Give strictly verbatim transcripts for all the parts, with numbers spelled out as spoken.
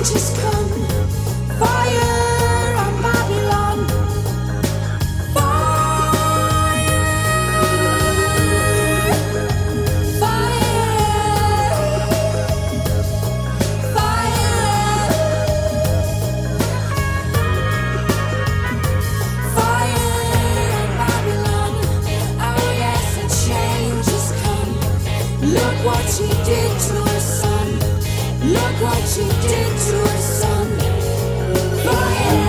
changes come. Fire on Babylon. Fire. Fire. Fire. Fire on Babylon. Oh yes, the changes come. Look what she did to her son. Look what she did to her son. Fire.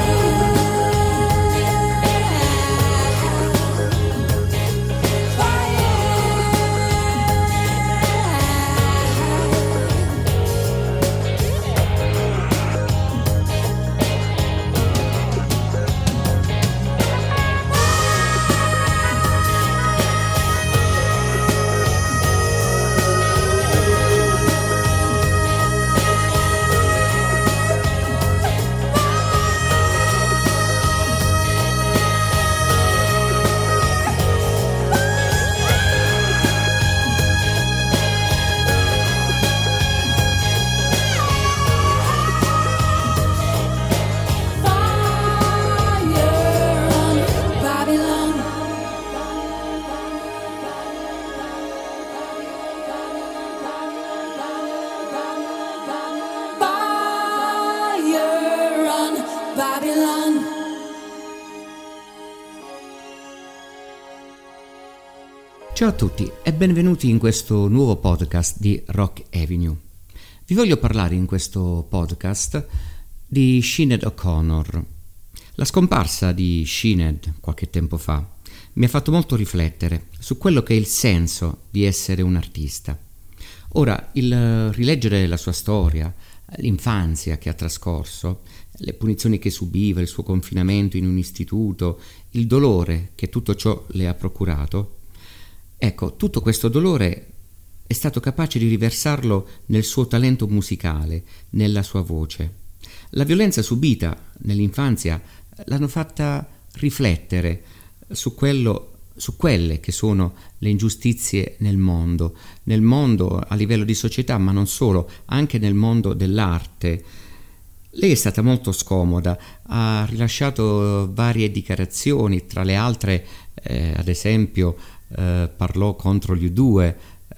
Babylon. Ciao a tutti e benvenuti in questo nuovo podcast di Rock Avenue. Vi voglio parlare in questo podcast di Sinéad O'Connor. La scomparsa di Sinéad qualche tempo fa mi ha fatto molto riflettere su quello che è il senso di essere un artista. Ora, il rileggere la sua storia, l'infanzia che ha trascorso, le punizioni che subiva, il suo confinamento in un istituto, il dolore che tutto ciò le ha procurato, ecco, tutto questo dolore è stato capace di riversarlo nel suo talento musicale, nella sua voce. La violenza subita nell'infanzia l'hanno fatta riflettere su quello su quelle che sono le ingiustizie nel mondo, nel mondo a livello di società, ma non solo, anche nel mondo dell'arte. Lei è stata molto scomoda, ha rilasciato varie dichiarazioni, tra le altre, eh, ad esempio, eh, parlò contro gli U due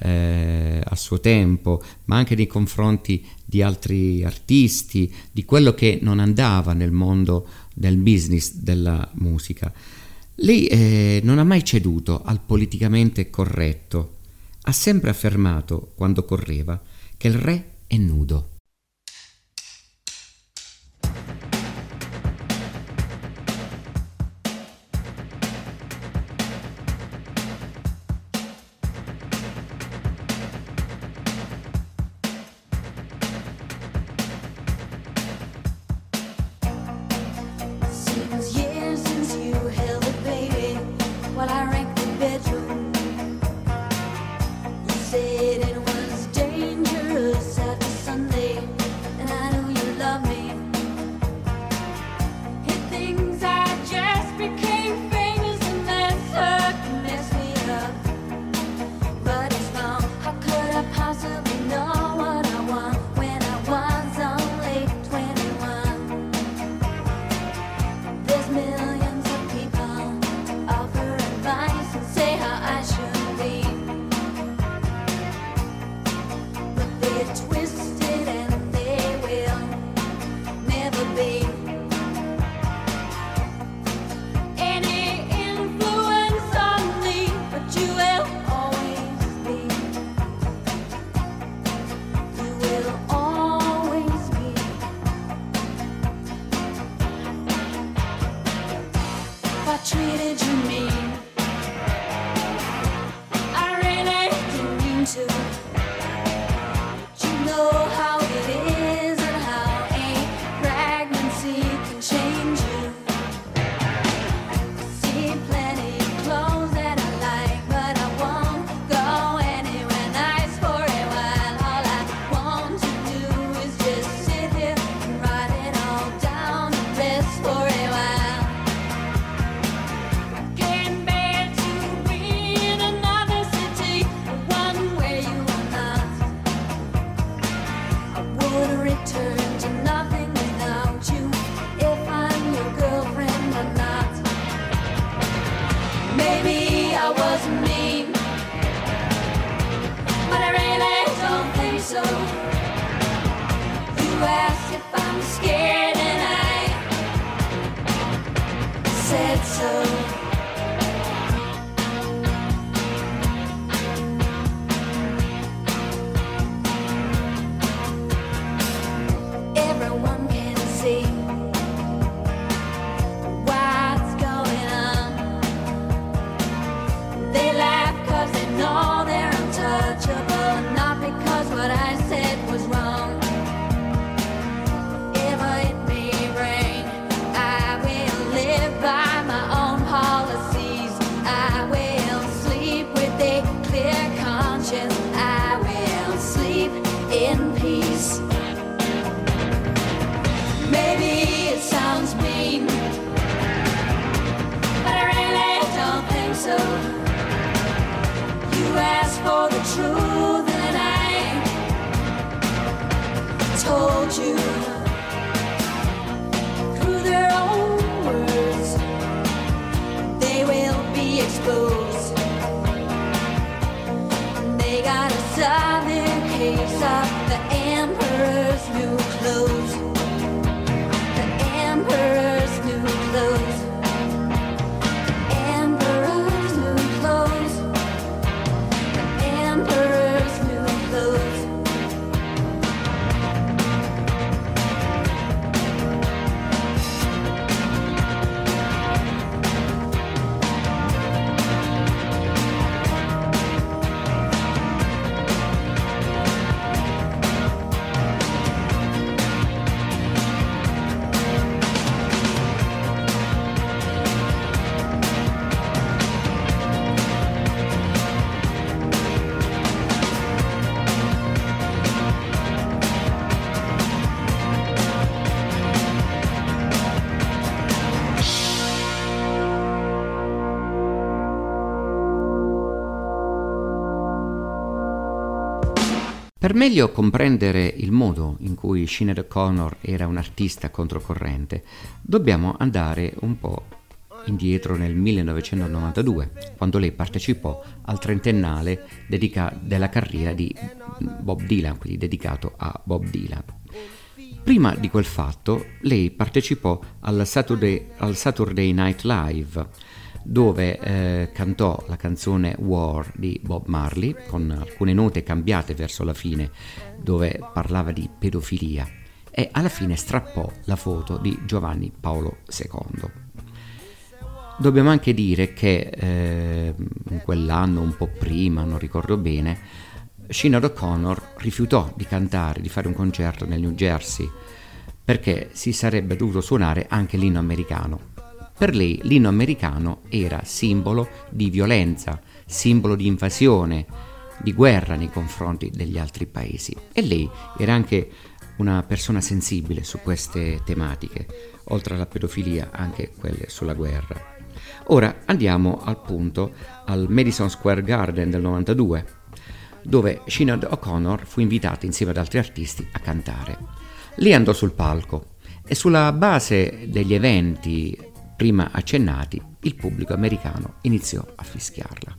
eh, a suo tempo, ma anche nei confronti di altri artisti, di quello che non andava nel mondo del business della musica. Lei eh, non ha mai ceduto al politicamente corretto, ha sempre affermato, quando correva, che il re è nudo. Return to nothing. for the truth, and I told you through their own words they will be exposed. They got a southern case of the emperor's new clothes. The emperor's new clothes. The emperor's new clothes. The emperor's new clothes. Per meglio comprendere il modo in cui Sinéad O'Connor era un artista controcorrente, dobbiamo andare un po' indietro nel millenovecentonovantadue, quando lei partecipò al trentennale dedica- della carriera di Bob Dylan, quindi dedicato a Bob Dylan. Prima di quel fatto, lei partecipò al Saturday, al Saturday Night Live, dove eh, cantò la canzone War di Bob Marley, con alcune note cambiate verso la fine, dove parlava di pedofilia, e alla fine strappò la foto di Giovanni Paolo secondo. Dobbiamo anche dire che eh, in quell'anno, un po' prima, non ricordo bene, Sinéad O'Connor rifiutò di cantare, di fare un concerto nel New Jersey, perché si sarebbe dovuto suonare anche l'inno americano. Per lei l'inno americano era simbolo di violenza, simbolo di invasione, di guerra nei confronti degli altri paesi. E lei era anche una persona sensibile su queste tematiche, oltre alla pedofilia anche quelle sulla guerra. Ora andiamo al punto, al Madison Square Garden del novantadue, dove Sinéad O'Connor fu invitata insieme ad altri artisti a cantare. Lei andò sul palco e sulla base degli eventi prima accennati, il pubblico americano iniziò a fischiarla.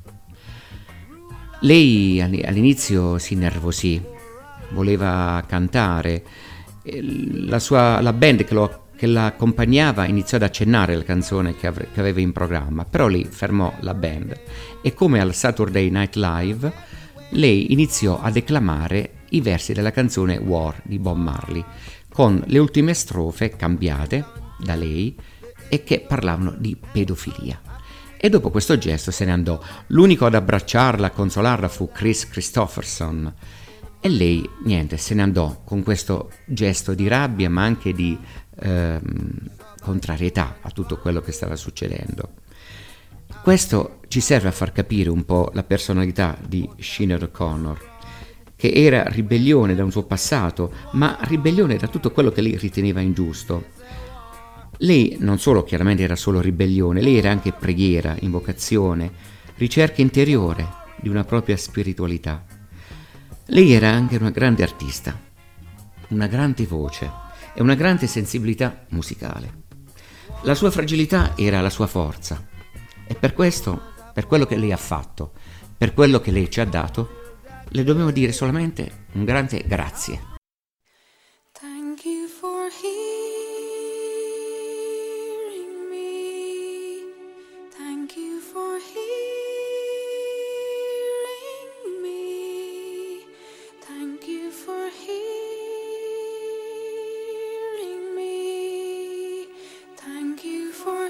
Lei all'inizio si innervosì, voleva cantare, la, sua, la band che, lo, che la accompagnava iniziò ad accennare la canzone che, av- che aveva in programma, però lei fermò la band e, come al Saturday Night Live, lei iniziò a declamare i versi della canzone War di Bob Marley, con le ultime strofe cambiate da lei e che parlavano di pedofilia. E dopo questo gesto se ne andò. L'unico ad abbracciarla, a consolarla fu Chris Christopherson, e lei, niente, se ne andò con questo gesto di rabbia, ma anche di ehm, contrarietà a tutto quello che stava succedendo. Questo ci serve a far capire un po' la personalità di Sinéad O'Connor, che era ribellione da un suo passato, ma ribellione da tutto quello che lei riteneva ingiusto. Lei non solo chiaramente era solo ribellione, lei era anche preghiera, invocazione, ricerca interiore di una propria spiritualità. Lei era anche una grande artista, una grande voce e una grande sensibilità musicale. La sua fragilità era la sua forza, e per questo, per quello che lei ha fatto, per quello che lei ci ha dato, le dobbiamo dire solamente un grande grazie. Thank you for hearing me. Thank you for hearing me. Thank you for hearing me. Thank you for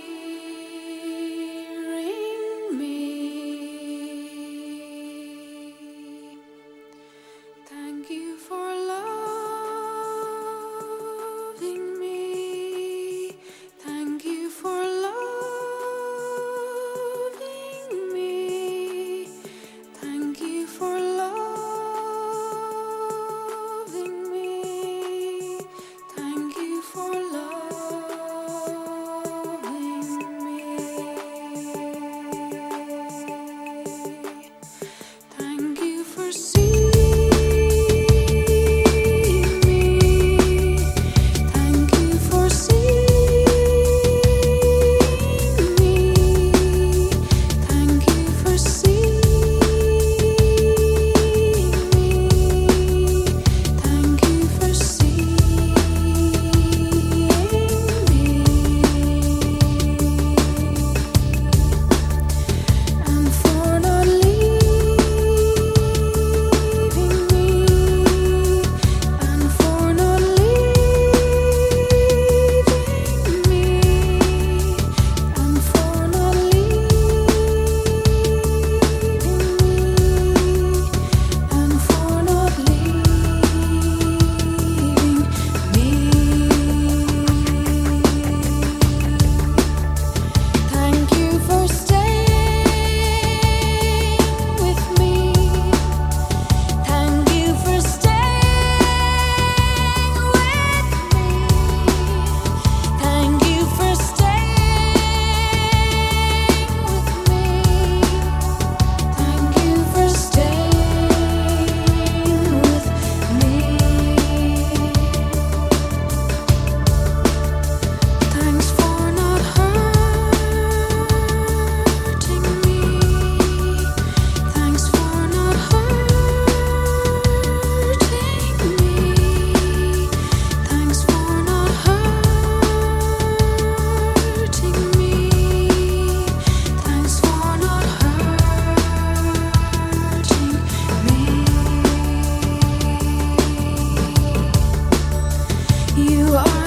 hearing me. Thank you for loving me.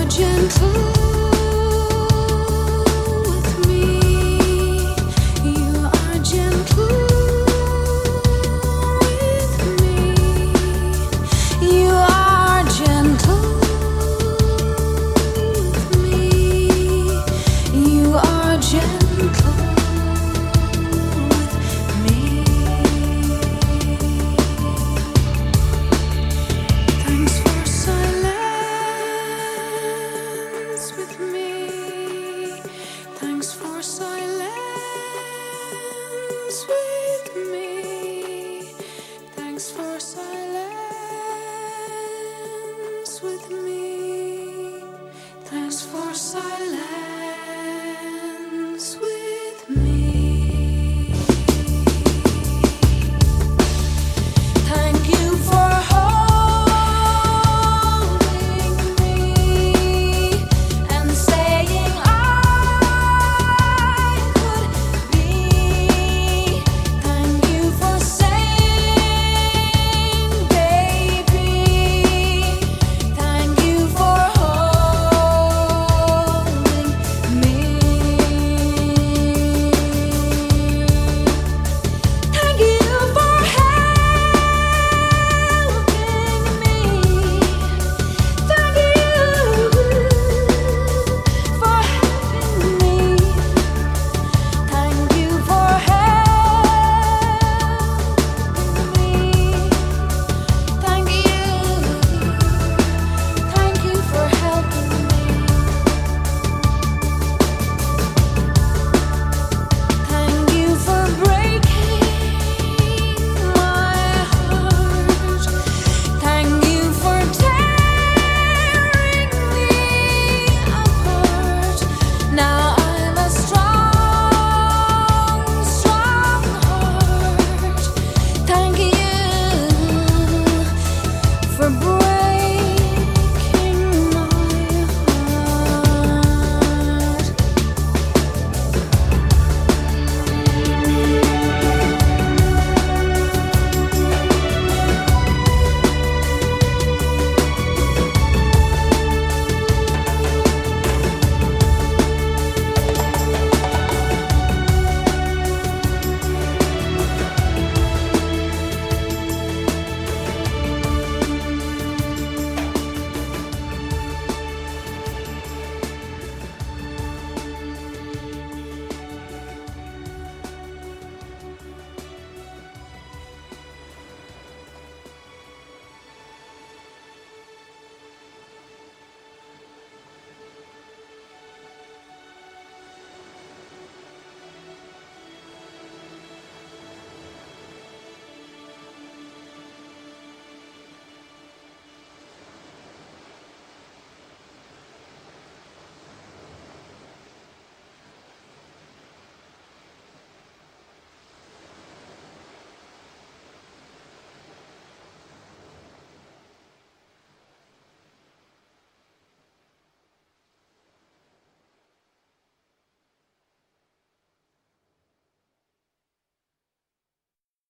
With me, thanks for silence.